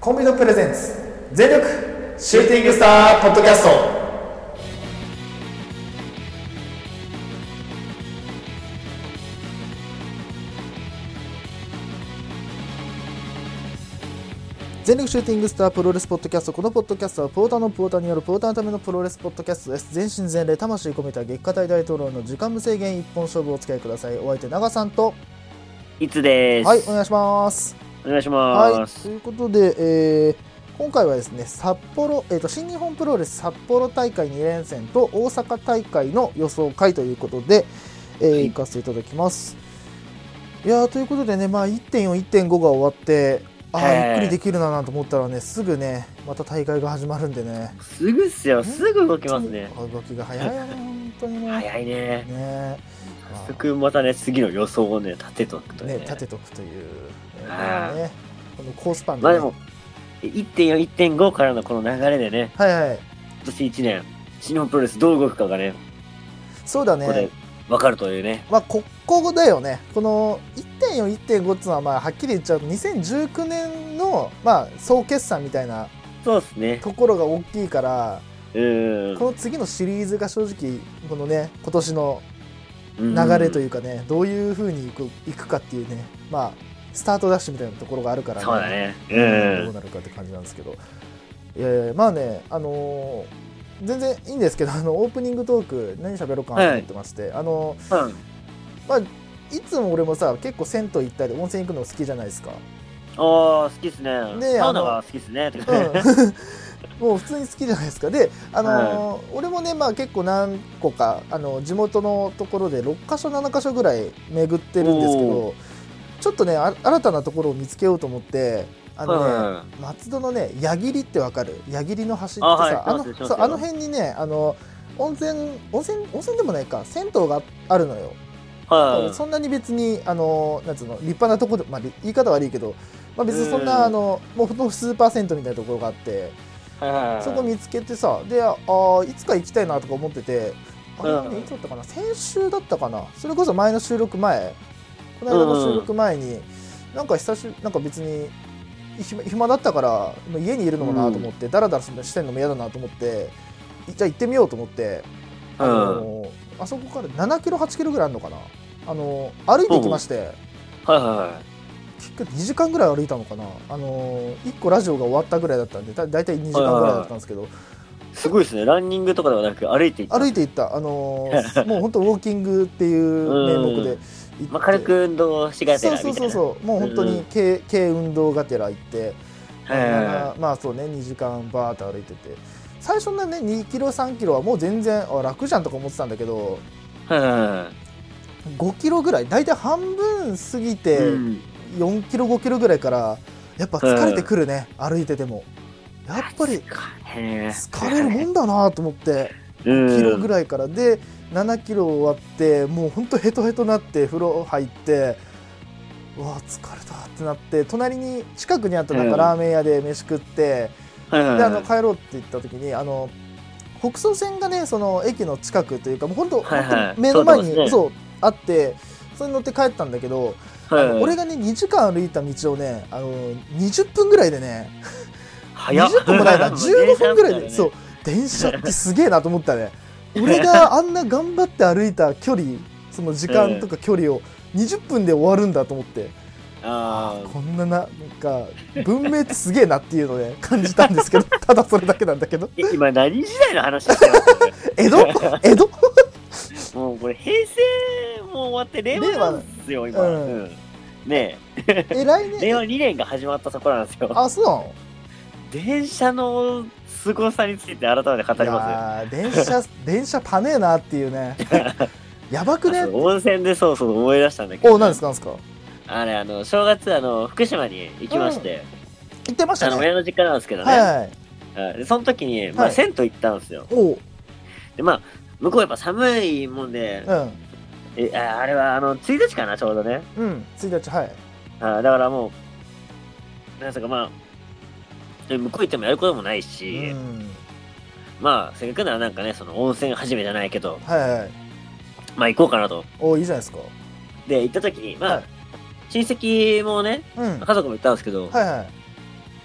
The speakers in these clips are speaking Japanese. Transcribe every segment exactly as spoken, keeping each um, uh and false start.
コンビのプレゼンツ全力シューティングスターポッドキャスト。全力シューティングスタープロレスポッドキャスト。このポッドキャストはポーターのポーターによるポーターのためのプロレスポッドキャストです。全身全霊魂込めた激化大大統領の時間無制限一本勝負をお付き合いください。お相手長さんといつです。 はい、お願いします。 お願いします。 はい、ということで、えー、今回はですね札幌、えーと、新日本プロレス札幌大会に連戦と大阪大会の予想会ということで、えーはい、行かせていただきます。いやーということでね、まあ、いってんよん、いってんご が終わってあーゆっくりできるななんて思ったらね、すぐねまた大会が始まるんでね、 すぐっすよ、すぐ動きますね。 動きが早いよね本当にね。 早いね。 ね、 早速またね次の予想をね立てとくとね。 ね立てとくという、ね、 あねこのコースパンで、ね、 まあでも いってんよん、いってんご からのこの流れでね、 はいはい、 今年いちねん新日本プロレスどう動くかがね、 そうだね、 ここで分かるというね。 まあここだよね。この いってんよん、いってんご っていうのはまあはっきり言っちゃうとにせんじゅうきゅうねんのまあ総決算みたいなそうですね。 ところが大きいから、 うーん、 この次のシリーズが正直このね今年の流れというかね、どういう風にいく、いくかっていうね、まあスタートダッシュみたいなところがあるからね。 そうだね。 うん、どうなるかって感じなんですけど、いやいやまあね、あのー、全然いいんですけど、あのオープニングトーク何喋ろうかなと思ってまして、はい、あのー、うん、まあいつも俺もさ結構銭湯行ったり温泉行くの好きじゃないですか。 ああ好きっすね。 でサウナが好きっすね。 うん、もう普通に好きじゃないですか。で、あのーはい、俺もね、まあ、結構何個かあの地元のところでろっかしょななかしょぐらい巡ってるんですけど、ちょっとね新たなところを見つけようと思って、あのね、はい、松戸のね矢切ってわかる？矢切の橋ってさ、あ、はい、あのそうあの辺にね、あの温泉温泉温泉でもないか銭湯があるのよ。はい、そんなに別にあのなんつうの立派なところで、まあ、言い方悪いけど、まあ、別にそんなあのもうほんとスーパー銭湯みたいなところがあって、そこ見つけてさ、で、ああいつか行きたいなとか思ってて、あれはねいつだったかな、先週だったかな、それこそ前の収録前、この間の収録前に、なんか久しぶり、なんか別に暇、暇だったから家にいるのもなと思って、ダラダラしてんのも嫌だなと思って、じゃあ行ってみようと思って、あのあそこからななキロはちキロぐらいあるのかな、あの歩いて行きまして、はいはいはい、結局にじかんぐらい歩いたのかな、あのー、いっこラジオが終わったぐらいだったんで、だいたいにじかんぐらいだったんですけど、はいはいはい、 すごいですね。ランニングとかではなく歩いていった歩いていった、あのー、もう本当ウォーキングっていう名目で行って、 まあ、軽く運動しがてらみたいな、 そうそうそうそう、もう本当に軽、軽運動がてら行って、まあ、まあそうね、にじかんバーッと歩いてて、最初のねにキロさんキロはもう全然あ楽じゃんとか思ってたんだけど、ごキロぐらい、だいたい半分過ぎてよんキロごキロぐらいからやっぱ疲れてくるね、歩いててもやっぱり疲れるもんだなと思って、ごキロぐらいからでななキロ終わって、もうほんとヘトヘトなって風呂入って、うわ疲れたってなって、隣に近くにあったなんかラーメン屋で飯食って、であの帰ろうって言った時に、あの北総線がねその駅の近くというか、もうほんと目の前に、はいはい、そうあって、それに乗って帰ったんだけど、はいはい、あの俺がねにじかん歩いた道をね、あのにじゅっぷんぐらいでねにじゅっぷんもないなじゅうごふんぐらいで、ね、そう電車ってすげえなと思ったね俺があんな頑張って歩いた距離、その時間とか距離をにじゅっぷんで終わるんだと思って、あこんななんか文明ってすげえなっていうのをね感じたんですけどただそれだけなんだけど今何時代の話してますね江戸江戸もうこれ平成もう終わって令和なんですよ今、うんうん、ねええ来年令和にねんが始まったところなんですよ。 あ、そうなの。 電車の凄さについて改めて語りますよ。いや電車電車パネーなっていうねやばくね。 温泉でそうそう思い出したんだけど、 お、何ですか何ですか。 あれ、あの正月あの福島に行きまして、うん、 行ってましたね。 あの親の実家なんですけどね、はいはい、でその時に、まあ、はい、銭湯行ったんですよ。おでまあ向こうやっぱ寒いもんで、うん、え あ, あれはあのついたちかなちょうどね。 うん、ついたち、はい。 あだからもうなんすか、まあ向こう行ってもやることもないし、うん、まあせっかくならなんかねその温泉始めじゃないけど、はいはい、まあ行こうかなと。 おいいじゃないですか。 で行った時にまあ、はい、親戚もね、うん、家族も行ったんですけど、はいはい、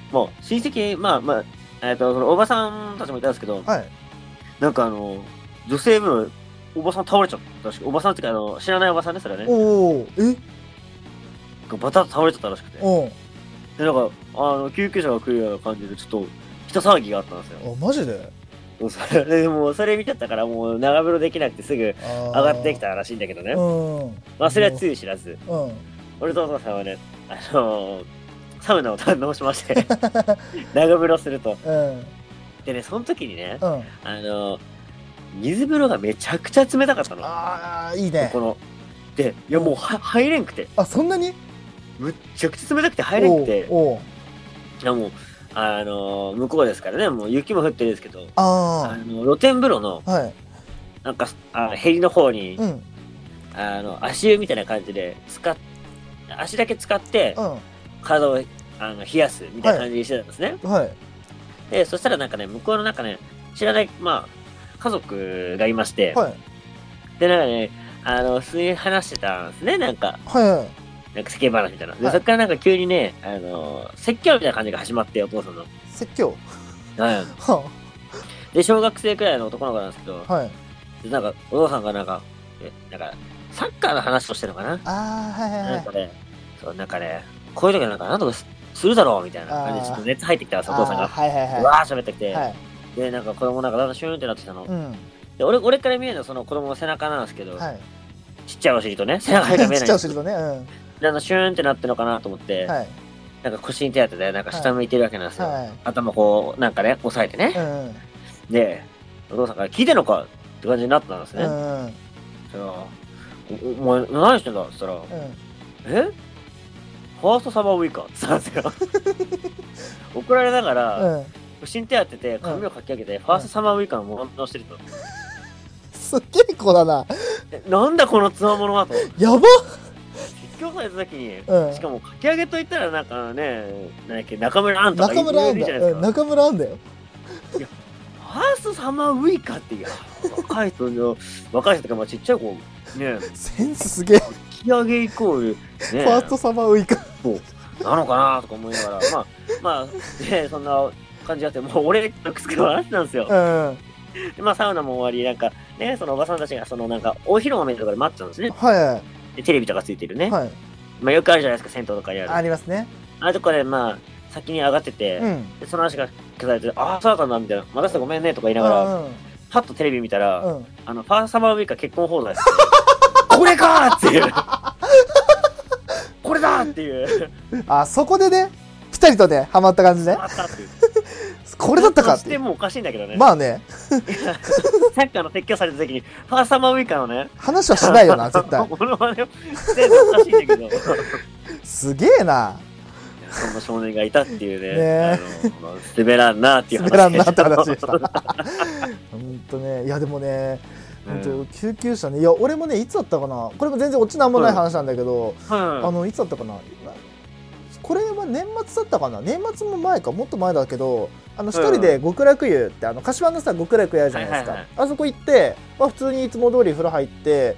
もう親戚、まあまあ、えっと、そのおばさんたちもいたんですけど、 はい。 なんかあの、女性部、おばさん倒れちゃったらしく、おばさんっていうか、あの、知らないおばさんね、それはね。 おお、えバタッと倒れちゃったらしくて。 おで、なんか、あの、救急車が来るような感じで、ちょっと、人騒ぎがあったんですよ。 あ、マジでそれでもう、それ見ちゃったから、もう、長風呂できなくてすぐ上がってきたらしいんだけどね。 うん。 まあ、それはつゆ知らず。 うん。 俺とお父さんはね、あのー、サウナを堪能しまして、長風呂すると。 うん。 でね、その時にね、 うん。 あのー、水風呂がめちゃくちゃ冷たかったの。 ああ、いいね。 この、で、いやもうは入れんくて。 あ、そんなにむっちゃくちゃ冷たくて入れんくて。 おういやもう、あのー、向こうですからね、もう雪も降ってるんですけど、 ああの、露天風呂の、 はい。 なんか、あヘリの方に、 うん。 あの、足湯みたいな感じで、使っ、足だけ使って、 うん。 体をあの冷やすみたいな感じにしてたんですね。 はい。 で、そしたらなんかね、向こうのなんかね、知らない、まあ、家族がいまして、 はい。 で、なんかね、あの、普通に話してたんですね、なんか。 はいはい。 なんか世間話みたいな。で、 はいそっからなんか急にね、あの、説教みたいな感じが始まって、お父さんの。 説教はい。 はで、小学生くらいの男の子なんですけど、 はい。 でなんか、お父さんがなんか、え、なんか、サッカーの話をしてるのかな、 ああ、はいはいはいなんか。ね、そう、なんかね、こういう時なんかなんとかすするだろうみたいな感じで、ちょっと熱入ってきたんですよ、お父さんあーが。 はいはいはい。 うわー喋ってきて、 はい。 で、なんか子供なんかだんだんシューンってなってきたの。 うん。 で、俺、俺から見えるのはその子供の背中なんですけど、 はい。 ちっちゃいお尻とね、背中が見えない。 ちっちゃいお尻とね。うん。 で、あの、シューンってなってるのかなと思って、 はい。 なんか腰に手当てて、なんか下向いてるわけなんですよ。 はい。 頭こう、なんかね、押さえてね。 うん。 で、お父さんから聞いてんのかって感じになったんですね。 うん。うん。 そしたら、お、お前何してんだって言ったら、えファーストサマーウイカって言ったんですよ。怒られながら、 うん。 腰に手当てて、髪をかき上げて、ファーストサマーウイカのものをしてると。 すっげえ子だな。 えなんだこのつわものはと。 やば説教された時に、 うんしかもかき上げといったらなんかね、なんだっけ、中村アンとか中村あんだ。 いるじゃないですか。 うん中村あんだよ。 ファーストサマーウイカって、いや、若い人の、若い人とか、まあちっちゃい子、ね、 センスすげえ。 かき上げイコール、ね、 ファーストサマーウイカ。 そうなのかなとか思いながら、まあ、まあ、ね、そんな感じあって、もう俺、くすく笑ってたんですよ。 うん。 でまあ、サウナも終わり、なんか、ね、そのおばさんたちが、そのなんか、大広間みたいなところで待ってたんですね。 はでテレビとかついてるね。 い。はい。 まあ、よくあるじゃないですか、銭湯とかにある。 ありますね。 あれとこで、まあ、先に上がってて、 うん。 でその話が聞かれて、ああ、そうだったんだ、みたいな。待たせてごめんね、とか言いながら、 うん。 パッとテレビ見たら、 うん。 あの、ファーストサマーウイカ結婚報道です。これかーっていう。これだーっていう。 あ、そこでね、ピタリとね、ハマった感じね。 あったっていう。 これだったかっいう。 しててもおかしいんだけどね。 まあね、 サッカーの説教された時に、ファーストサマーウイカのね、 話はしないよな、絶対。 モノマネをしてるのおかしいんだけど。 すげえな。 そんな少年がいたっていうね。 ねあの、滑らんなっていう話滑らんなって話でした。ほんとね、いやでもね、本当救急車ね、いや俺もねいつだったかな、これも全然オチなんもない話なんだけど、 はいあのいつだったかな、これは年末だったかな、年末も前かもっと前だけど、あの一人で極楽湯ってあの柏のさ極楽湯あるじゃないですか、 はいはいあそこ行って、まあ、普通にいつも通り風呂入って、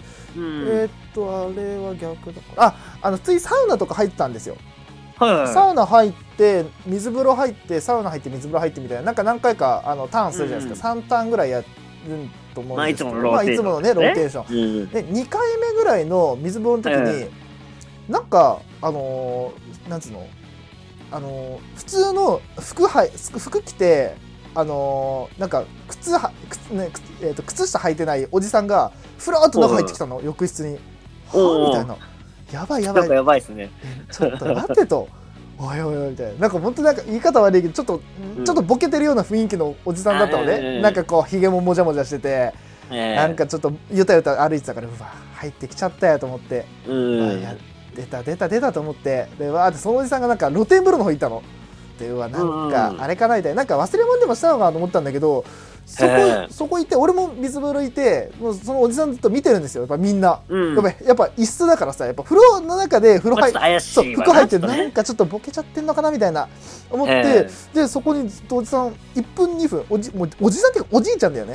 うん、 えー、っとあれは逆だからああの普通にサウナとか入ってたんですよ。 はいはい、 サウナ入って水風呂入ってサウナ入って水風呂入ってみたいな、なんか何回かあのターンするじゃないですか、うん、さんターンぐらいやると思うんですけど、まあ、いつものねローテーション、うん、でにかいめぐらいの水風呂の時に、うん、なんかあのー、なんつうのあのー、普通の服はい服着てあのー、なんか靴は靴、ねえー、と靴下履いてないおじさんがふらっと中入ってきたの、浴室に。はみたいな、やばいやばい、 なんかやばいですね。 ちょっと待ってと。おいおいおいみたいな、なんか本当なんか言い方悪いけどちょっと、うん、ちょっとボケてるような雰囲気のおじさんだったのね、えー、なんかこうひげももじゃもじゃしてて、えー、なんかちょっとゆたゆた歩いてたから、うわ入ってきちゃったよと思って、うん、や出た出た出たと思って、でわーってそのおじさんがなんか露天風呂の方行ったので、うわなんかあれかなみたいな、なんか忘れ物でもしたのかなと思ったんだけど、そこ、えー、そこ行って俺も水風呂いて、もうそのおじさんずっと見てるんですよ、やっぱみんな、うん、やっぱやっぱ一室だからさ、やっぱ風呂の中で風呂入って、そう服入ってなんかちょっとボケちゃってんのかなみたいな思って、えー、でそこにずっとおじさんいっぷんにふん、おじもうおじさんっていうかおじいちゃんだよね、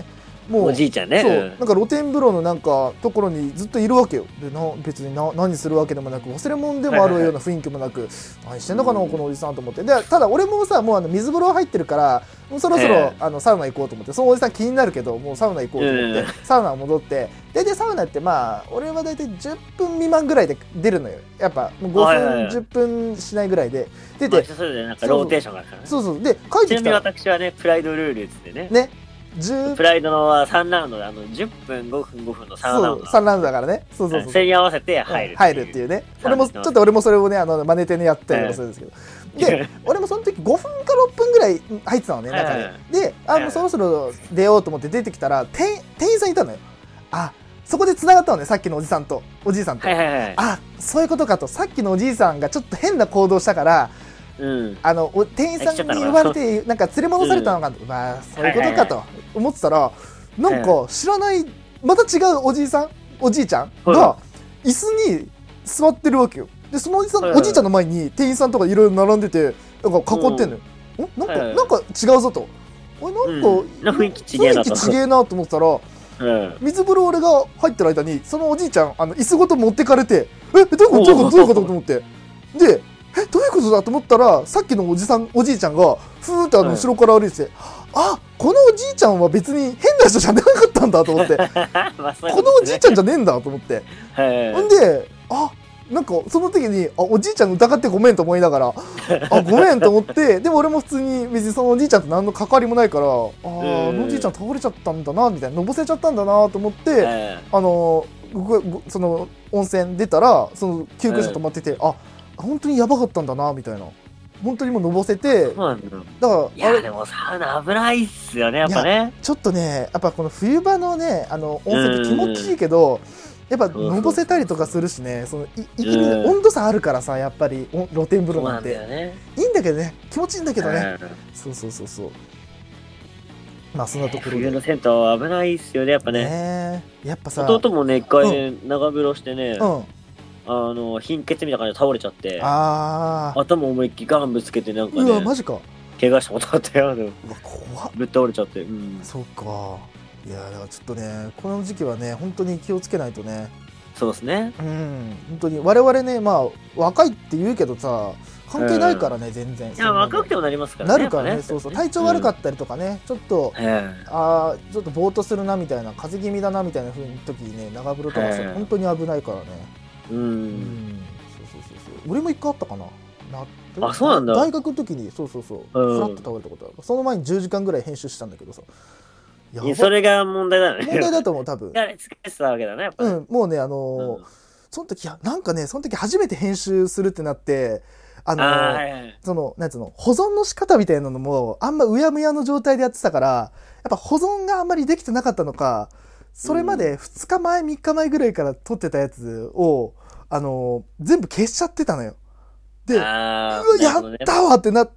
もうおじいちゃんね。 そう、 うんなんか露天風呂のなんかところにずっといるわけよ。でな別にな何するわけでもなく、忘れ物でもあるような雰囲気もなく、何してんのかな、このおじさんと思って。でただ俺もさ、もうあの水風呂入ってるから、もうそろそろ、 えあのサウナ行こうと思って、そのおじさん気になるけど、もうサウナ行こうと思って、 うん、 サウナ戻って、大体サウナってまあ俺は大体じゅっぷん未満ぐらいで出るのよ。やっぱもうごふんじゅっぷんしないぐらいで出て、 それでなんかローテーションがあるからね。 そうそうで帰ってきたら、 ちなみに私はねプライドルールっつってね。 ね。 プライドのさんラウンドであのじゅっぷんごふんごふんのさんラウンド、 さんラウンドだからね。そうそうそう、 それに合わせて入る、 うん、入るっていうね。俺もちょっと俺もそれをね、あの真似てねやったりとかするんですけど、で俺もその時ごふんかろっぷんぐらい入ってたのね、中に。であもうそろそろ出ようと思って出てきたら、店店員さんいたのよ。あそこで繋がったのね、さっきのおじさんとおじいさんと、 はいはいはい、 あそういうことかと。さっきのおじいさんがちょっと変な行動したから、うん、あの店員さんに言われてなんか連れ戻されたのか、うん、まあそういうことかと思ってたら、なんか知らないまた違うおじいさんおじいちゃんが椅子に座ってるわけよ。でそのおじさん、おじいちゃんの前に店員さんとかいろいろ並んでて、なんか囲ってんのよ。んなんかなんか違うぞと。あれなんか、うん、 雰囲気ちげえなと雰囲気ちげえなと思ってたら、うん、水風呂俺が入ってる間にそのおじいちゃんあの椅子ごと持ってかれて、えどういうことどういうことどういうことと思って、でえどういうことだと思ったら、さっきのおじさんおじいちゃんがふーってあの後ろから歩いてて、うん、あこのおじいちゃんは別に変な人じゃなかったんだと思ってまあそういうことね、このおじいちゃんじゃねえんだと思って、ほんであなんかその時にあおじいちゃん疑ってごめんと思いながらあごめんと思って、でも俺も普通に別にそのおじいちゃんと何の関わりもないから、ああのおじいちゃん倒れちゃったんだなみたいな、のぼせちゃったんだなと思って、あのその温泉出たらその救急車止まってて、あ本当にやばかったんだなみたいな、本当にもうのぼせて、 そうなんだ。だからいやでもサウナ危ないっすよねやっぱね。 ちょっとねやっぱこの冬場のねあの温泉って気持ちいいけど、やっぱのぼせたりとかするしね、そのいいきに温度差あるからさ、やっぱり露天風呂なんていいんだけどね、気持ちいいんだけどね、そうそうそうそう。まあそんなところで、 冬の銭湯は危ないっすよねやっぱね。 ねやっぱさ弟もね一回ね、うん、長風呂してね、うん、あの貧血みたいな感じで倒れちゃって、あ頭思いっきりガンぶつけてなんかね、うわマジか怪我したことあったよ。うわ怖っ、 ぶっ倒れちゃって、うん、 そうか。いやだからちょっとねこの時期はね本当に気をつけないとね。 そうですね、 うん本当に我々ねまあ若いって言うけどさ関係ないからね、うん、全然。 いや若くてもなりますからね。 なるからね、そうそう体調悪かったりとかね、うん、ちょっと、うん、あちょっとぼーっとするなみたいな、風邪気味だなみたいな風に時にね長風呂とかしたら本当に危ないからね。うん、うん、そうそうそうそう。俺も一回あったかな。 なあそうなんだ。 大学の時にそうそうそう、うん、フラッと倒れたことある。その前にじゅうじかんぐらい編集したんだけどさ。 いやそれが問題だね。 問題だと思う多分。 いや疲れてたわけだねやっぱ、ね。 うんもうねあのーうん、その時なんかねその時初めて編集するってなって。あのーあはいはい、そのなんつうの保存の仕方みたいなのもあんまうやむやの状態でやってたから、やっぱ保存があんまりできてなかったのか、それまでふつかまえみっかまえぐらいから撮ってたやつを、あのー、全部消しちゃってたのよ。で、うわやったわってなって、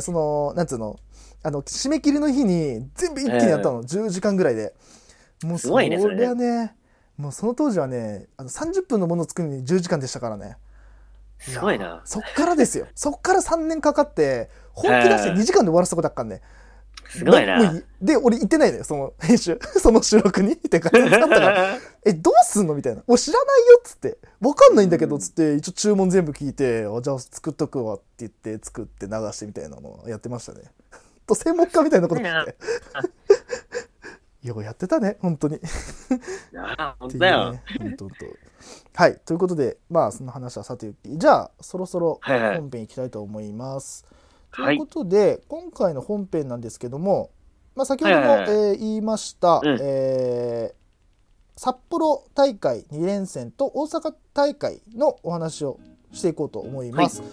そのなんつうのあの締め切りの日に全部一気にやったの、えー、じゅうじかんぐらいで。もうそれはね、もうその当時はねあのさんじゅっぷんのものを作るのにじゅうじかんでしたからね。 すごいな。 そっからですよ。そっからさんねんかかって本気出してにじかんで終わらせたことあっかんね。 すごいな。 で俺行ってないのよその編集その収録にって感じだったからえどうすんのみたいな、お知らないよっつって、分かんないんだけどっつって、一応注文全部聞いて、あじゃあ作っとくわって言って作って流してみたいなのをやってましたね。と専門家みたいなことしてようやってたね本当に。いや本当だよ。 ね、本当本当。はいということでまあその話はさておき、じゃあそろそろ本編いきたいと思います。はいはい、ということで今回の本編なんですけども、まあ、先ほども、はいはいはいえー、言いました、うんえー、札幌大会に連戦と大阪大会のお話をしていこうと思います。はい、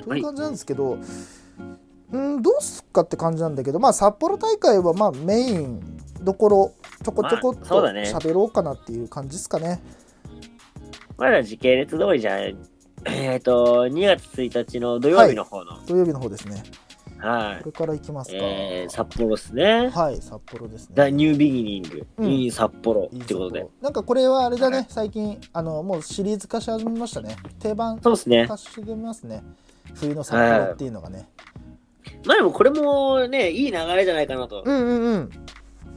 という感じなんですけど、はいんどうすっかって感じなんだけど、まあ、札幌大会はまあメインどころちょこちょこっと喋ろうかなっていう感じですかね。 まだ時系列通りじゃん。えっとにがつついたちの土曜日の方の、 はい、土曜日の方ですね。 はい。 これから行きますか。 えー、札幌ですね。 はい、札幌ですね。 ザ・ニュービギニング、うん、in 札幌ってことで。 なんかこれはあれだね、はい、最近あのもうシリーズ化し始めましたね。定番そうですね。 化し始めますね。冬の札幌っていうのがね。 まあでもこれもねいい流れじゃないかなと。 うんうんうん。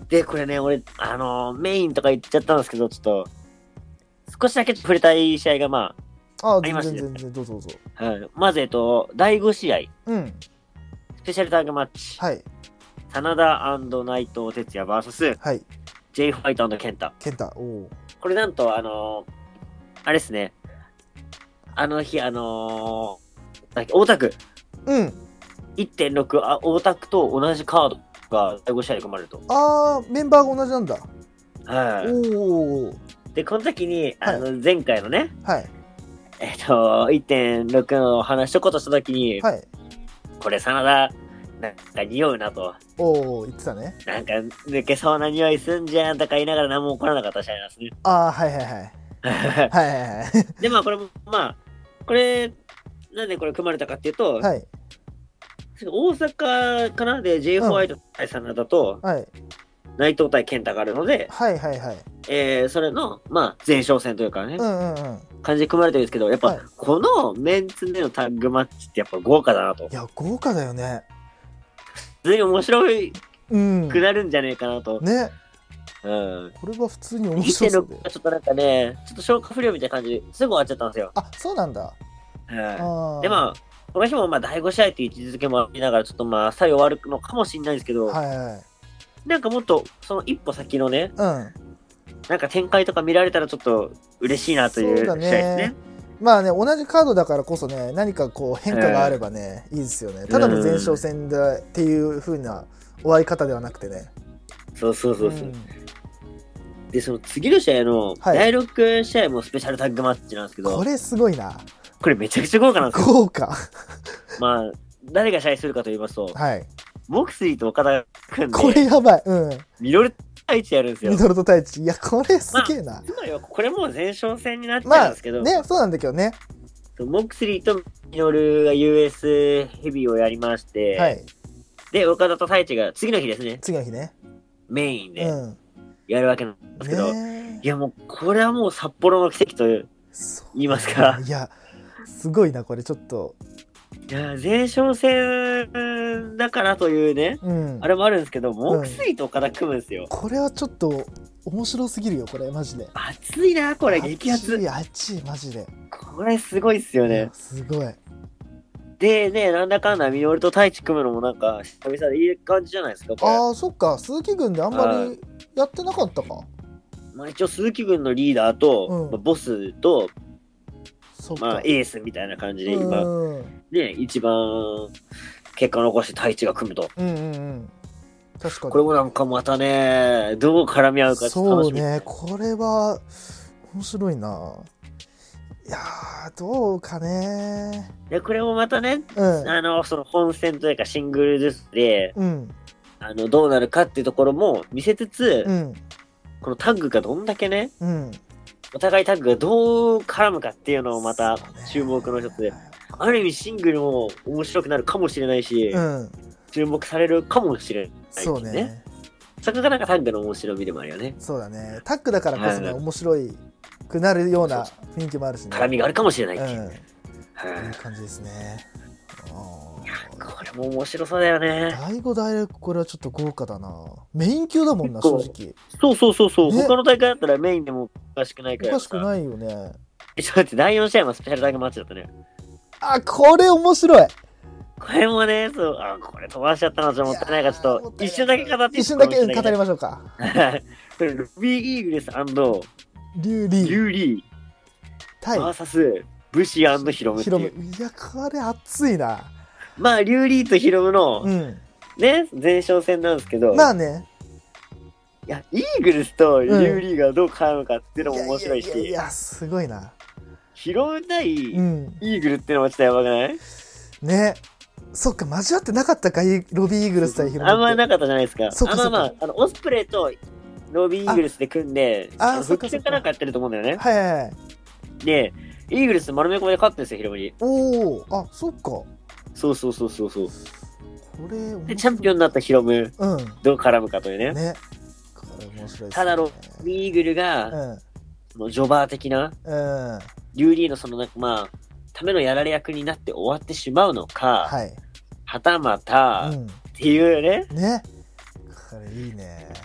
で、これね、俺、あのー、メインとか言っちゃったんですけど、ちょっと、少しだけ触れたい試合が、まあ、 ああ、 ありまして、 全然全然、どうぞどうぞ。 はい。まず、えっと、だいご試合。 うん。 スペシャルタッグマッチ。 はい。 真田内藤哲也 ブイエス、 はい。 J ファイター健太。 健太、おお。 これなんと、あのー、あれですね。あの日、あのー、だっけ、大田区。 うん。 いってんろく、あ、大田区と同じカードがだいご試合で組まれると。 あー、メンバーが同じなんだ。 はい。 おお。 で、この時に、あの、前回のね、 はい。 えっと、いってんろく の話ちょこっとした時に、 はい。 これ、真田、なんか匂うなと。 おお、言ってたね。 なんか、抜けそうな匂いすんじゃんとか言いながら何も起こらなかった試合なんですね。 ああ、はいはいはい。はいはいはい。 で、まあ、これも、まあ、これ、なんでこれ組まれたかっていうと、 はい。 大阪かなで J ホワイト対真田と、 はい。 内藤対健太があるので、 はいはいはい。 えー、それの、まあ、前哨戦というかね、 うんうんうん。 感じで組まれてるんですけど、やっぱ、 はいこのメンツでのタッグマッチってやっぱ豪華だなと。 いや、豪華だよね。 普通に面白いうん。 くなるんじゃねえかなと。 ね。 うん。 これは普通に面白そうで。 いってんろく がちょっとなんかね、ちょっと消化不良みたいな感じですぐ終わっちゃったんですよ。 あ、そうなんだ。 うん。 あで、まあ、この日もまあ、だいご試合っていう位置づけもありながら、ちょっとまあ、さえ終わるのかもしれないんですけど、 はいはい。 なんかもっと、その一歩先のね、 うん。 なんか展開とか見られたらちょっと嬉しいなという試合ですね。 まあね、同じカードだからこそね、何かこう変化があればね、いいですよね。ただの前哨戦だっていう風な終わり方ではなくてね。 そうそうそうそう。 うん、 で、その次の試合のだいろく試合もスペシャルタッグマッチなんですけど、 はい、これすごいな。 これめちゃくちゃ豪華なんですよ。 豪華。 まあ、誰が試合するかと言いますと、 はい。 モクスリーと岡田組んで、 これやばい。うん。 ミドル太一やるんですよ。 ミドルと太一。いや、これすげえな。 まあ、つまりはこれもう前哨戦になっちゃうんですけど、 まあ、ね、そうなんだけどね。 モクスリーとミノルが ユーエス ヘビーをやりまして、はい、で、岡田と太一が次の日ですね。 次の日ね。 メインでやるわけなんですけど、うんね、いやもう、これはもう札幌の奇跡と言いますか。 いや、すごいな、これちょっと。 いや、前哨戦だからというね、うん、あれもあるんですけど、モクスリーと岡田組むんですよ、うん。 これはちょっと面白すぎるよ、これ、マジで。 熱いな、これ、激アツ。 熱い、熱い、マジで。 これすごいっすよね。 すごい。 でね、なんだかんだミノルと太一組むのもなんか久々でいい感じじゃないですか、これ。 ああ、そっか、鈴木軍であんまりやってなかったか。 まあ一応鈴木軍のリーダーと、うんまあ、ボスと、まあエースみたいな感じで今、ね、一番結果を残して太一が組むと。うんうんうん。確かに。これもなんかまたね、どう絡み合うかちょっと楽しみ。 そうね、これは面白いな。いやー、どうかね。 で、これもまたね、うん、あの、その本戦というかシングルずつで、うん、あの、どうなるかっていうところも見せつつ、うん、このタッグがどんだけね、うん、お互いタッグがどう絡むかっていうのをまた注目の一つで、ある意味シングルも面白くなるかもしれないし、うん、注目されるかもしれない、ね。そうね。そこがなんかタッグの面白みでもあるよね。 そうだね。タッグだからこそね、面白いくなるような雰囲気もあるしね。 絡みがあるかもしれないっていう。うん、 いう感じですね。 いや、これも面白そうだよね。 だいごだいろくこれはちょっと豪華だな。メイン級だもんな、正直。 そうそうそうそう、ね。他の大会だったらメインでもおかしくないから。 おかしくないよね。 え、ちょっと待って、だいよん試合もスペシャルタッグマッチだったね。 あ、これ面白い。 これもね、そう、あ、これ飛ばしちゃったのちょっともったいないから、ちょっと一瞬だけ語って一瞬だけ語りましょうか。 これ、ルビー・イーグレス&リューリー。 リューリー。 対。 バーサス、ブシ&ヒロムっていう。 いや、これ熱いな。 まあ、リューリーとヒロムの、うん、ね、前哨戦なんですけど。 まあね。 いや、イーグルスとリューリーがどう絡むかっていうのも面白いし。 いやいやいや、すごいな。 ヒロム対イーグルっていうのもちょっとやばくない？ ね。そっか、交わってなかったか、ロビー・イーグルス対ヒロムって。 あんまなかったじゃないですか。そっかそっか。あまあまあ、あの、オスプレイとロビー・イーグルスで組んで、ああ、復活かなんかやってると思うんだよね。 はいはいはい。 で、イーグルス丸め込みで勝ってるんですよ、ヒロムに。 おお、あ、そっか。 そうそうそうそうそう。これ、 で、チャンピオンになったヒロム、うん、どう絡むかというね。 ね。これ面白いですね。 ただ、ロビー・イーグルが、うん、そのジョバー的な、うん、リュウリーのその、なんかまあ、ためのやられ役になって終わってしまうのか、はい。はたまた、うん、っていうね。 ね。これいいね。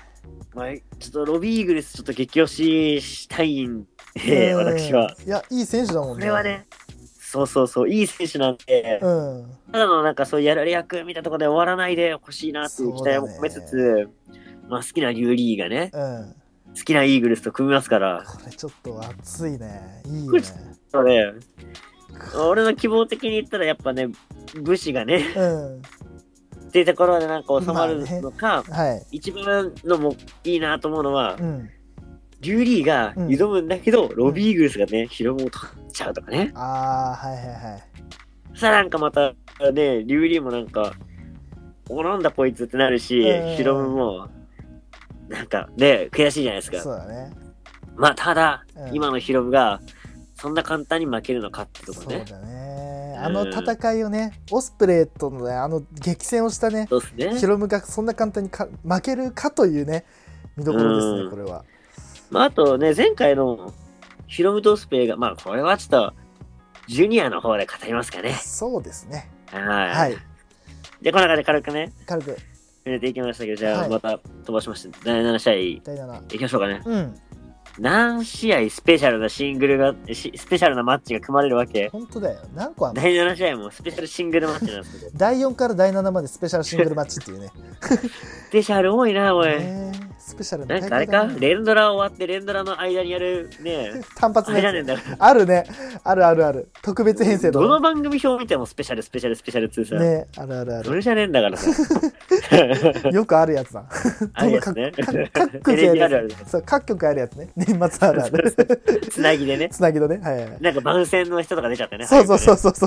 まあ、ちょっとロビーイーグルスちょっと激推ししたいんで、私は。 いや、いい選手だもんね。 これはね、そうそうそう、いい選手なんで、うん、ただのなんかそういうやられ役みたいなところで終わらないでほしいなっていう期待も込めつつ、まあ好きなリュウリーがね、うん、好きなイーグルスと組みますから。 これちょっと熱いね。いいよね。 そうね。俺の希望的に言ったらやっぱね、武士がね、うん、っていうところでなんか収まるのか、まあね、はい、一番のもいいなと思うのは、うん、リュウリーが挑むんだけど、うん、ロビーイーグルスがね、ヒロムを取っちゃうとかね。 ああ、はいはいはい。 そしたらなんかまたね、リュウリーもなんか、おなんだこいつってなるし、うん、ヒロムも、なんかね、悔しいじゃないですか。 そうだね。 まあ、ただ、うん、今のヒロムが、そんな簡単に負けるのかってところね。 そうだね。あの戦いをね、うん、オスプレイとのね、あの激戦をしたね、 そうですね、 ヒロムがそんな簡単にか負けるかというね、見どころですね、うん、これは。 まあ、あとね、前回のヒロムとオスプレイが、まあ、これはちょっと、ジュニアの方で語りますかね。 そうですね。 はい。はい。で、この中で軽くね、 軽く。 触れていきましたけど、じゃあ、また飛ばしまして、だいなな試合、だいなな。いきましょうかね。うん。何試合スペシャルなシングルが、スペシャルなマッチが組まれるわけ。 本当だよ。何個あるの？ だいなな試合もスペシャルシングルマッチなんですけど。 だいよんからだいななまでスペシャルシングルマッチっていうね。 スペシャル多いな、おい。 スペシャルななんかあれか連ドラ終わって連ドラの間にやるね。 単発ね。 あるね。あるあるある。特別編成の。 どの番組表見てもスペシャルスペシャルスペシャルツーさ。 ね、あるあるある。 それじゃねえんだからさ。 よくあるやつだ。 あるやつね。 各局あるある。そう、各局あるやつね。年末あるある。 つなぎでね。 つなぎのね。はいはい。 なんか番宣の人とか出ちゃってね。 そうそうそうそう。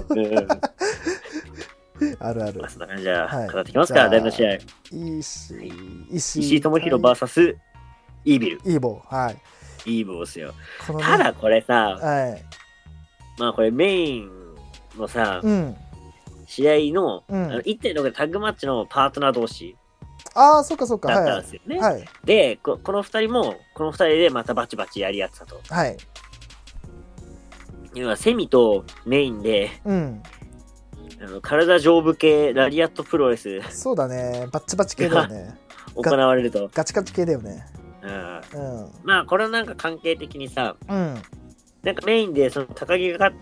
あるある。 まあ、そんな感じじゃ語ってきますか、だいなな試合。 石井、 石井智弘 ブイエス イービル。 イーボー、はい。 イーボーですよ。ただこれさ、はい、まあこれメインのさ、うん、試合の、うん、あの いってんろく でタッグマッチのパートナー同士。 ああ、そっかそっか。 だったんですよね。はい、でこ、この二人も、この二人でまたバチバチやり合ってたと。はい。要はセミとメインで、うん、あの体丈夫系ラリアットプロレス。 そうだね。バッチバチ系だよね。 行われると。 ガチガチ系だよね。 うん。うん、まあ、これはなんか関係的にさ、うん、なんかメインでその高木が勝って、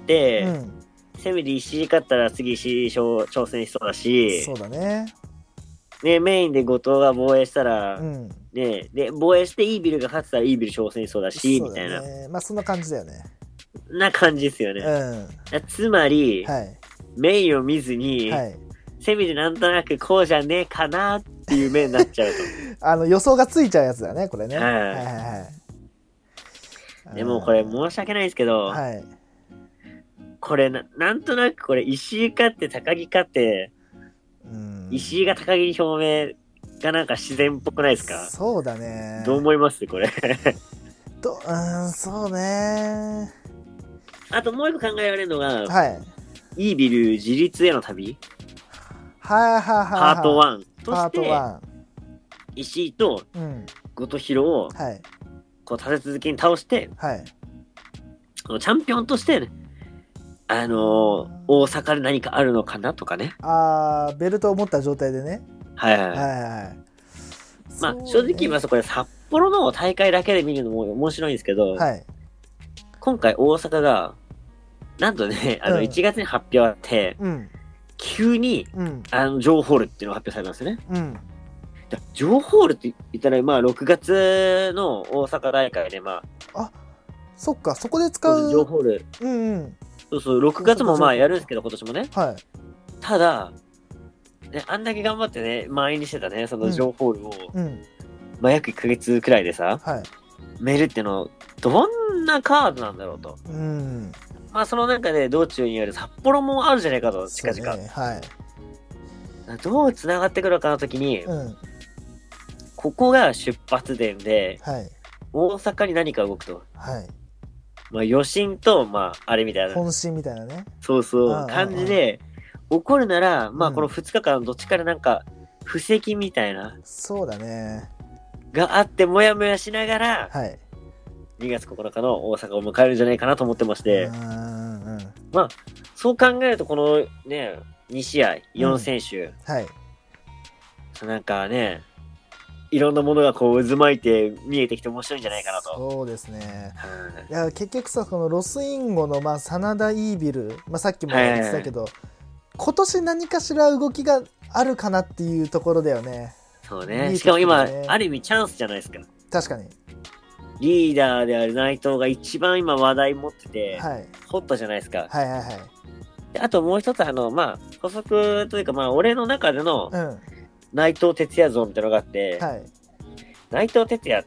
うん、セミで石井勝ったら次石井挑戦しそうだし、 そうだね。 ね、メインで後藤が防衛したら、うん、ね、で、防衛してイービルが勝ってたらイービル挑戦しそうだし、そうだね、みたいな。 まあ、そんな感じだよね。 な感じですよね。うん、つまり、はい、メインを見ずに、はい、セミでなんとなくこうじゃねえかなっていう目になっちゃうと。 あの予想がついちゃうやつだね、これね。はいはいはいはい。でもこれ申し訳ないですけど、はい、これな、なんとなくこれ石井勝って高木勝って、うん、石井が高木に表明がなんか自然っぽくないですか？ そうだね。 どう思いますこれ。 と、うん、そうね。 あともう一個考えられるのが、はい、イービル自立への旅。 はいはいはい。 パートワンとして、石井と後藤弘を、はい、こう立て続けに倒して、はい、このチャンピオンとして、ね、あのー、大阪で何かあるのかなとかね。 ああ、ベルトを持った状態でね。 はいはいはい。はいはい、まあ、正直言いますと、これ札幌の大会だけで見るのも面白いんですけど、はい、今回大阪が、なんとね、あのいちがつに発表あって、うん、急に、うん、あの、ジョーホールっていうのが発表されたんですよね。うん。ジョーホールって言ったら、まあ、ろくがつの大阪大会で、まあ。あ、そっか、そこで使う。 ジョーホール。うんうん。そうそう、ろくがつもまあやるんですけど、今年もね。はい。ただ、ね、あんだけ頑張ってね、満員にしてたね、そのジョーホールを、うん、まあ、約いっかげつくらいでさ、はい。埋めるっていうの、どんなカードなんだろうと。うん。まあその中で道中にある札幌もあるじゃないかと、近々。ね、はい。どう繋がってくるかの時に、うん、ここが出発点で、はい、大阪に何か動くと。はい。まあ余震と、まああれみたいな。 本震みたいなね。 そうそう、感じで、起こるなら、まあこのふつかかんどっちからなんか、布石みたいな。 そうだね。 があって、もやもやしながら、はい。にがつここのかの大阪を迎えるんじゃないかなと思ってまして、うんうん、まあそう考えるとこのねに試合よん選手、うん、はい、なんかねいろんなものがこう渦巻いて見えてきて面白いんじゃないかなと。 そうですね、 うん、 いや結局さこのロスインゴの、まあ、真田イービル、まあ、さっきも言ってたけど、はいはいはい、今年何かしら動きがあるかなっていうところだよね。 そうね。しかも今、ある意味チャンスじゃないですか。 確かに。 リーダーである内藤が一番今話題持ってて、はい、ホットじゃないですか。 はいはいはい。 であともう一つ、あの、まあ、補足というか、まあ、俺の中での内藤哲也像みたいなのがあって、うん、はい、内藤哲也って、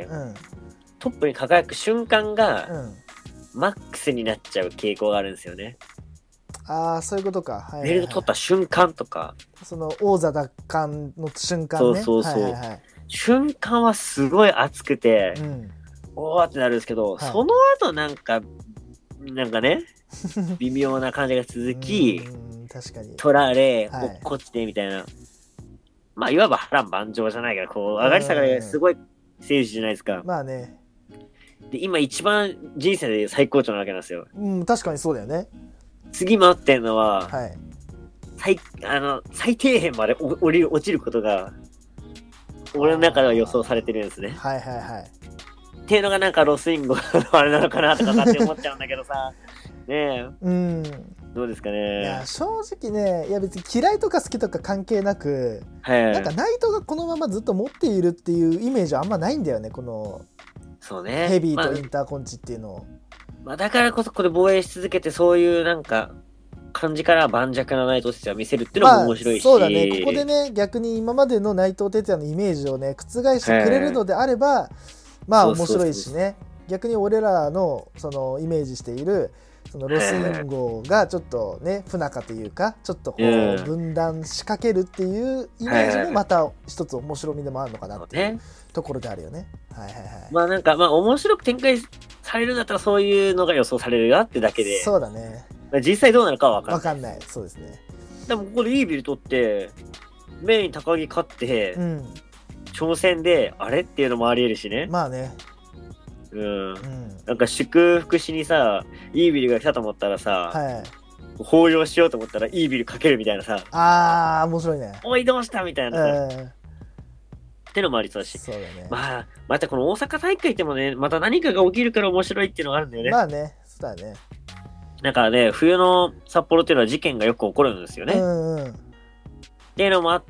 うん、トップに輝く瞬間が、うん、マックスになっちゃう傾向があるんですよね。 ああ、そういうことか。はいはいはい、 ベルト取った瞬間とか。 その王座奪還の瞬間ね。 そうそうそう。はいはいはい、瞬間はすごい熱くて、うん、おーってなるんですけど、はい、その後なんか、なんかね、微妙な感じが続き、 うん確かに取られ、はい、落っこちてみたいな。まあ、いわば波乱万丈じゃないけど、こう、上がり下がりすごい選手じゃないですか。 まあね。 で、今一番人生で最高潮なわけなんですよ。 うん、確かにそうだよね。 次待ってんのは、 はい、 最、あの、最底辺まで降り、落ちることが、俺の中では予想されてるんですね。 はいはいはい。 っていうのがなんかロスインゴのあれなのかなとかって思っちゃうんだけどさ。ねえ。 うん。 どうですかね。 いや、正直ね、いや別に嫌いとか好きとか関係なく、はい、なんかナイトがこのままずっと持っているっていうイメージはあんまないんだよね、この。 そうね。 ヘビーとインターコンチっていうのを。 まあ、だからこそこれ防衛し続けてそういうなんか、感じから盤石な内藤哲也を見せるっていうのも面白いし、 まあ、そうだね、ここでね逆に今までの内藤哲也のイメージをね覆してくれるのであれば、まあ面白いしね、逆に俺らのそのイメージしているそのロスインゴがちょっとね不仲というかちょっとこう分断しかけるっていうイメージもまた一つ面白みでもあるのかなっていうところであるよね。はいはいはい。 まあなんかまあ面白く展開されるんだったらそういうのが予想されるよってだけで。 そうだね。 実際どうなるかは分かんない。 分かんない。そうですね。 でもここでイービル取ってメイン高木勝って、うん、挑戦であれっていうのもあり得るしね。 まあね。 うん。うん、なんか祝福しにさイービルが来たと思ったらさ、はい、抱擁しようと思ったらイービルかけるみたいなさ。 あー面白いね。 おいどうしたみたいなさ。えーってのもありそうだし。 そうだね。 まあ、またこの大阪大会ってもね、また何かが起きるから面白いっていうのがあるんだよね。 まあね、そうだね。 なんかね、冬の札幌っていうのは事件がよく起こるんですよね。うんうん。っていうのもあって、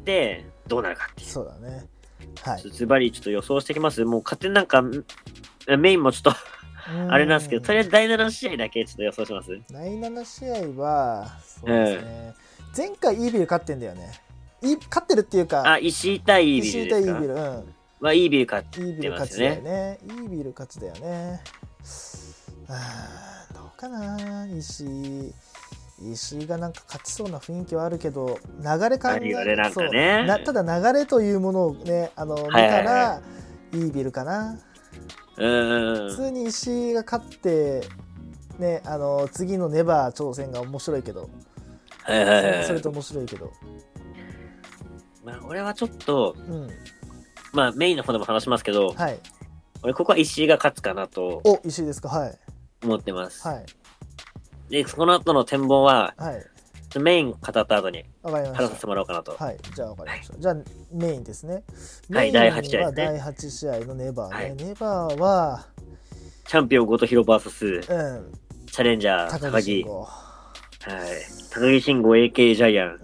どうなるかっていう。 そうだね。はい。 ズバリちょっと予想してきます。もう勝手になんか、メインもちょっとあれなんですけど、とりあえずだいなな試合だけちょっと予想します。 だいなな試合は、そうですね。うん、前回イービル勝ってんだよね。い勝ってるっていうか、 あ、石井対イービルですか。 石井対イービル、うん。 まあ、イービル勝ってますよね。イービル勝ちだよね。 イービル勝ちだよね。あーどうかな、石井。石井がなんか勝ちそうな雰囲気はあるけど、流れ感じ、 ね、なんかね、 なただ流れというものをね、あの見たら、イービルかな。 うん普通に石井が勝って、ね、あの次のネバー挑戦が面白いけど、 はいはいはい、 それと面白いけど。 まあ、俺はちょっと、うん、まあメインの方でも話しますけど、 はい、 俺ここは石井が勝つかなとお石井ですか、はい、 思ってます、 はい、 でその後の展望は、 はい、 メイン語った後に話させてもらおうかなと。 はい、じゃあ分かりました、はい、じゃあメインですね。 はい、だいはち試合ですね。だいはち試合のネバーね、はい、ネバーはチャンピオン後藤弘 ブイエス、 うん、 チャレンジャー高木、 はい、 高木慎吾 エーケー ジャイアン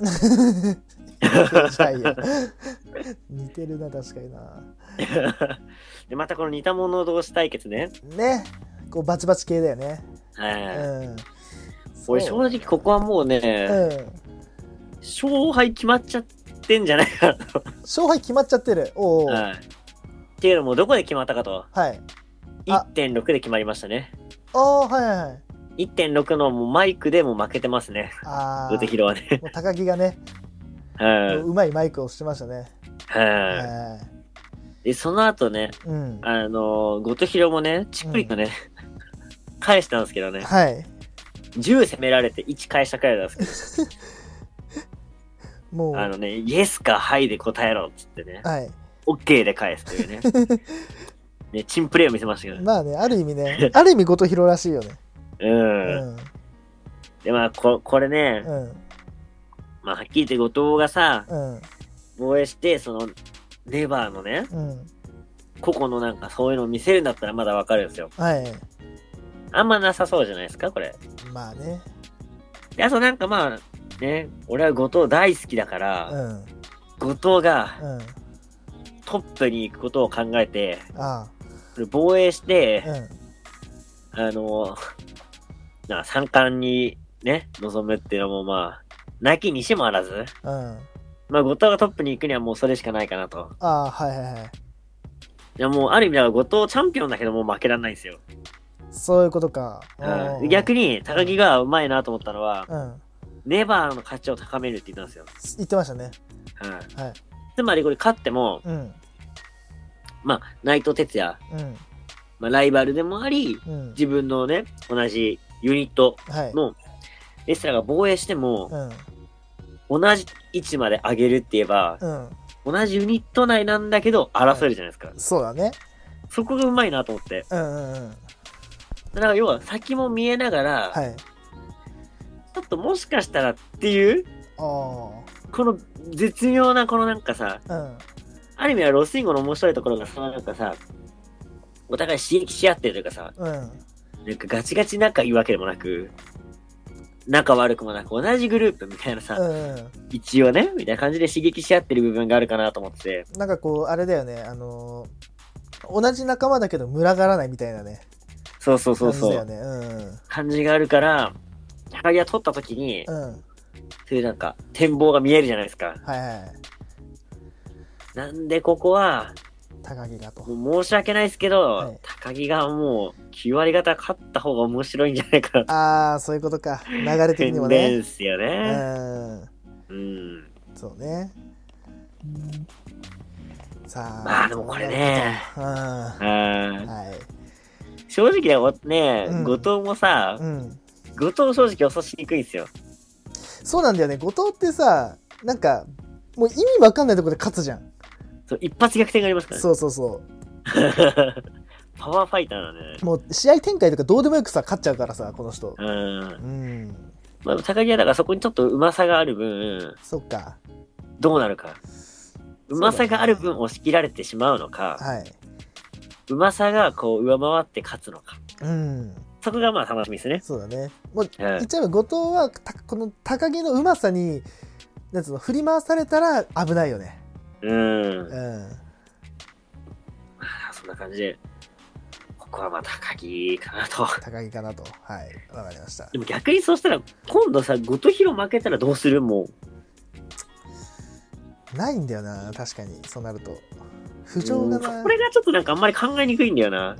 似てるな、確かにな。 でまたこの似た者同士対決ね。 ね、こうバチバチ系だよね。 はい、うん、俺正直ここはもうね、うん、勝敗決まっちゃってんじゃないかなと。 勝敗決まっちゃってる。おうおう、 はい、っていうのもどこで決まったかと。 はい。 いってんろく で決まりましたね。 ああ、はいはいはい。 いってんろく のもうマイクでも負けてますね。 ああ。 後手広はね。 もう高木がね、 う, うまいマイクをしてましたね。 はい。で、その後ね、うん、あの、後手広もね、ちっくりとね、うん、返したんですけどね。 はい。 じゅう攻められていち返したくらいなんですけど。 もう。 あのね、イエスかハイで答えろっつってね。 はい。 オッケーで返すというね。ね、チンプレーを見せましたけどね。 まあね、ある意味ね、ある意味後藤弘らしいよね。 うん。うん、で、まあこ、これね、うん、まあ、はっきり言って後藤がさ、うん、防衛して、その、 ネバーのね、 うん、 個々のなんかそういうのを見せるんだったらまだわかるんですよ。 はい。 あんまなさそうじゃないですか、これ。 まあね。 いや、そうなんかまあ、ね、俺は後藤大好きだから、 うん、 後藤がうん、 トップに行くことを考えて、 あこれ防衛して、 あ、うん、 あの、な三冠にね、臨むっていうのもまあ、なきにしもあらず、 うん。 まあ、後藤がトップに行くにはもうそれしかないかなと。 ああ、はいはいはい。 いや、もうある意味では後藤チャンピオンだけどもう負けられないんですよ。 そういうことか。 うん、逆に高木がうまいなと思ったのは、 うん、 ネバーの価値を高めるって言ったんですよ。 言ってましたね。 はい。 はい。 つまりこれ勝っても、 うん、 まあ、内藤哲也、 うん、 まあ、ライバルでもあり、 うん、 自分のね、同じユニットのレスラーが防衛しても、 うん、 同じ位置まで上げるって言えば、 うん、 同じユニット内なんだけど争えるじゃないですか。 はい、そうだね。 そこがうまいなと思って。 うんうんうん。 だから要は先も見えながら、 はい、 ちょっともしかしたらっていう、 あこの絶妙なこのなんかさ、 うん、 ある意味はロスインゴの面白いところがそのなんかさ、お互い刺激し合ってるというかさ、 うん、 なんかガチガチ仲いいわけでもなく、仲悪くもなく同じグループみたいなさ、 うん、 一応ね、みたいな感じで刺激し合ってる部分があるかなと思ってて。 なんかこう、あれだよね、あのー、同じ仲間だけど群がらないみたいなね。 そうそうそうそう。 感じだよね。うん。 感じがあるから、高木が取った時に、 うん。 そういうなんか展望が見えるじゃないですか。 はいはい。 なんでここは、 高木がと。 もう申し訳ないですけど、はい、高木がもうきゅう割方勝った方が面白いんじゃないかな。 ああ、そういうことか。流れ的にもね。 ですよね。 うん。うん。そうね。さあ。 まあでもこれね。 うん。 はい。正直ね、うん、後藤もさ、うん、後藤正直予想しにくいんですよ。 そうなんだよね。後藤ってさ、なんかもう意味わかんないところで勝つじゃん。 そう一発逆転がありますからね。 そうそうそう。 パワーファイターなんでね。 もう試合展開とかどうでもよくさ勝っちゃうからさこの人。 うん。うん。まあ高木はだからそこにちょっとうまさがある分。 そっか。 どうなるか。うまさがある分押し切られてしまうのか。 はい。 うまさがこう上回って勝つのか。 うん。 そこがまあ楽しみですね。 そうだね。もう、うん、言っちゃえば後藤はこの高木のうまさになんつうの振り回されたら危ないよね。 うん。うん。 まあそんな感じで、ここはまあ高木かなと。 高木かなと。はい。わかりました。 でも逆にそうしたら今度さ後藤弘負けたらどうするもう。ないんだよな確かにそうなると。浮上がなこれがちょっとなんかあんまり考えにくいんだよな。 うん。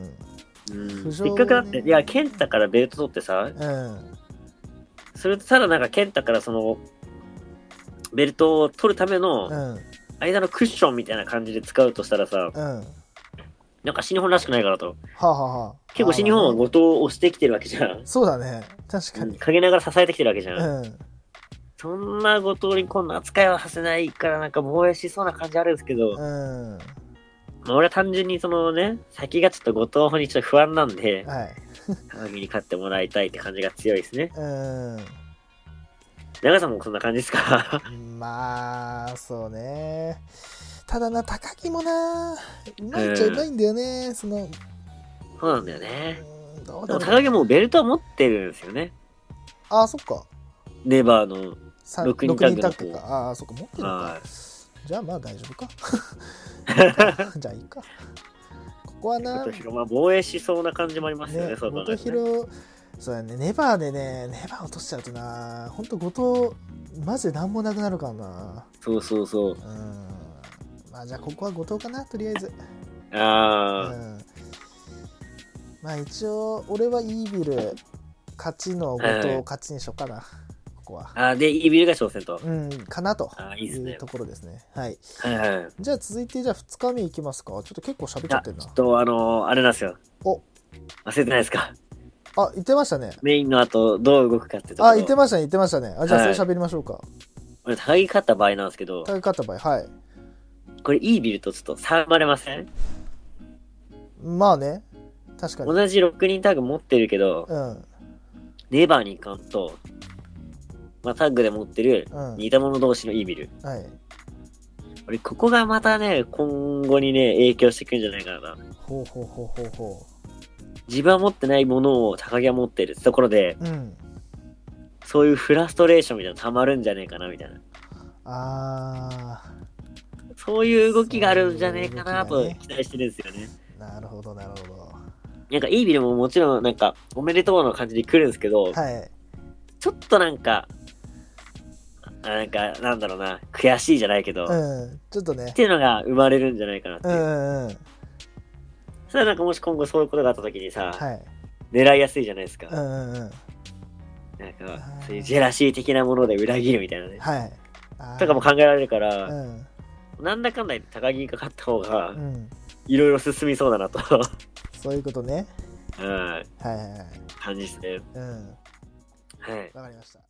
うん、せっかくだって、いや、健太からベルト取ってさ、 うん、 それとただなんか健太からその、ベルトを取るための、間のクッションみたいな感じで使うとしたらさ、うん、なんか新日本らしくないからと。 はあはあはあ、 結構新日本は後藤を押してきてるわけじゃん。 そうだね。確かに。うん、 陰ながら支えてきてるわけじゃん。 うん、 そんな後藤にこんな扱いはさせないからなんか防衛しそうな感じあるんですけど、うんまあ、俺は単純にそのね、先がちょっと後藤にちょっと不安なんで、はい、高木に勝ってもらいたいって感じが強いですね。うん。長さんもそんな感じですか？ まあ、そうね。ただな、高木もな、うまいっちゃうまいんだよね。うん、その。 そうなんだよね。どうだろう。でも高木もベルトは持ってるんですよね。 ああ、そっか。 ネバーのろくにんタッグのタッグか。ああ、そっか、持ってるのか。じゃあまあ大丈夫か。じゃあいいか。ここはな。 まあ防衛しそうな感じもありますよね。 ね、元広、そうだね。ネバーでね、ネバー落としちゃうとな、本当後藤マジでなんもなくなるからな。 そうそうそう。うん。 まあじゃあここは後藤かなとりあえず。 ああ、うん。 まあ一応俺はイービル勝ちの後藤勝ちにしようかな。ここはあでイービルが挑戦と。 うんかなというところですね。はい。はいはい。じゃあ続いてじゃあふつかめいきますか。ちょっと結構喋っちゃってるな。 ちょっとあのー、あれなんですよ。お忘れてないですか。 あ言ってましたね。 メインの後どう動くかってところ。 あ言ってましたね言ってましたね。あじゃあそれ喋りましょうか。 これ高木勝った場合なんですけど。 高木勝った場合はい。 これイービルとちょっと差生まれません？ まあね確かに。 同じろくにんタッグ持ってるけど、うん、ネバーに行かんと、まあ、タッグで持ってる似た者同士のイービル、うん、はい、 俺、ここがまたね、今後にね、影響してくるんじゃないかな。 ほうほうほうほうほう。自分は持ってないものを高木は持ってるってところで、うん、そういうフラストレーションみたいなの溜まるんじゃねえかな、みたいな。 あー。そういう動きがあるんじゃねえかなと期待してるんですよね。 なるほど、なるほど。 なんかいい意味でももちろんなんか、おめでとうの感じで来るんですけど、はい、ちょっとなんか、なんか、なんだろうな、悔しいじゃないけど、 うん、ちょっとね。 っていうのが生まれるんじゃないかなっていう。うんうん。それはなんかもし今後そういうことがあった時にさ、はい、狙いやすいじゃないですか。うんうんうん。なんか、そういうジェラシー的なもので裏切るみたいなね。はい。とかも考えられるから、うん、なんだかんだ言って高木にかかった方が、いろいろ進みそうだなと。 そういうことね。 はい。はいはいはい。感じですね。うん。 はい。わかりました。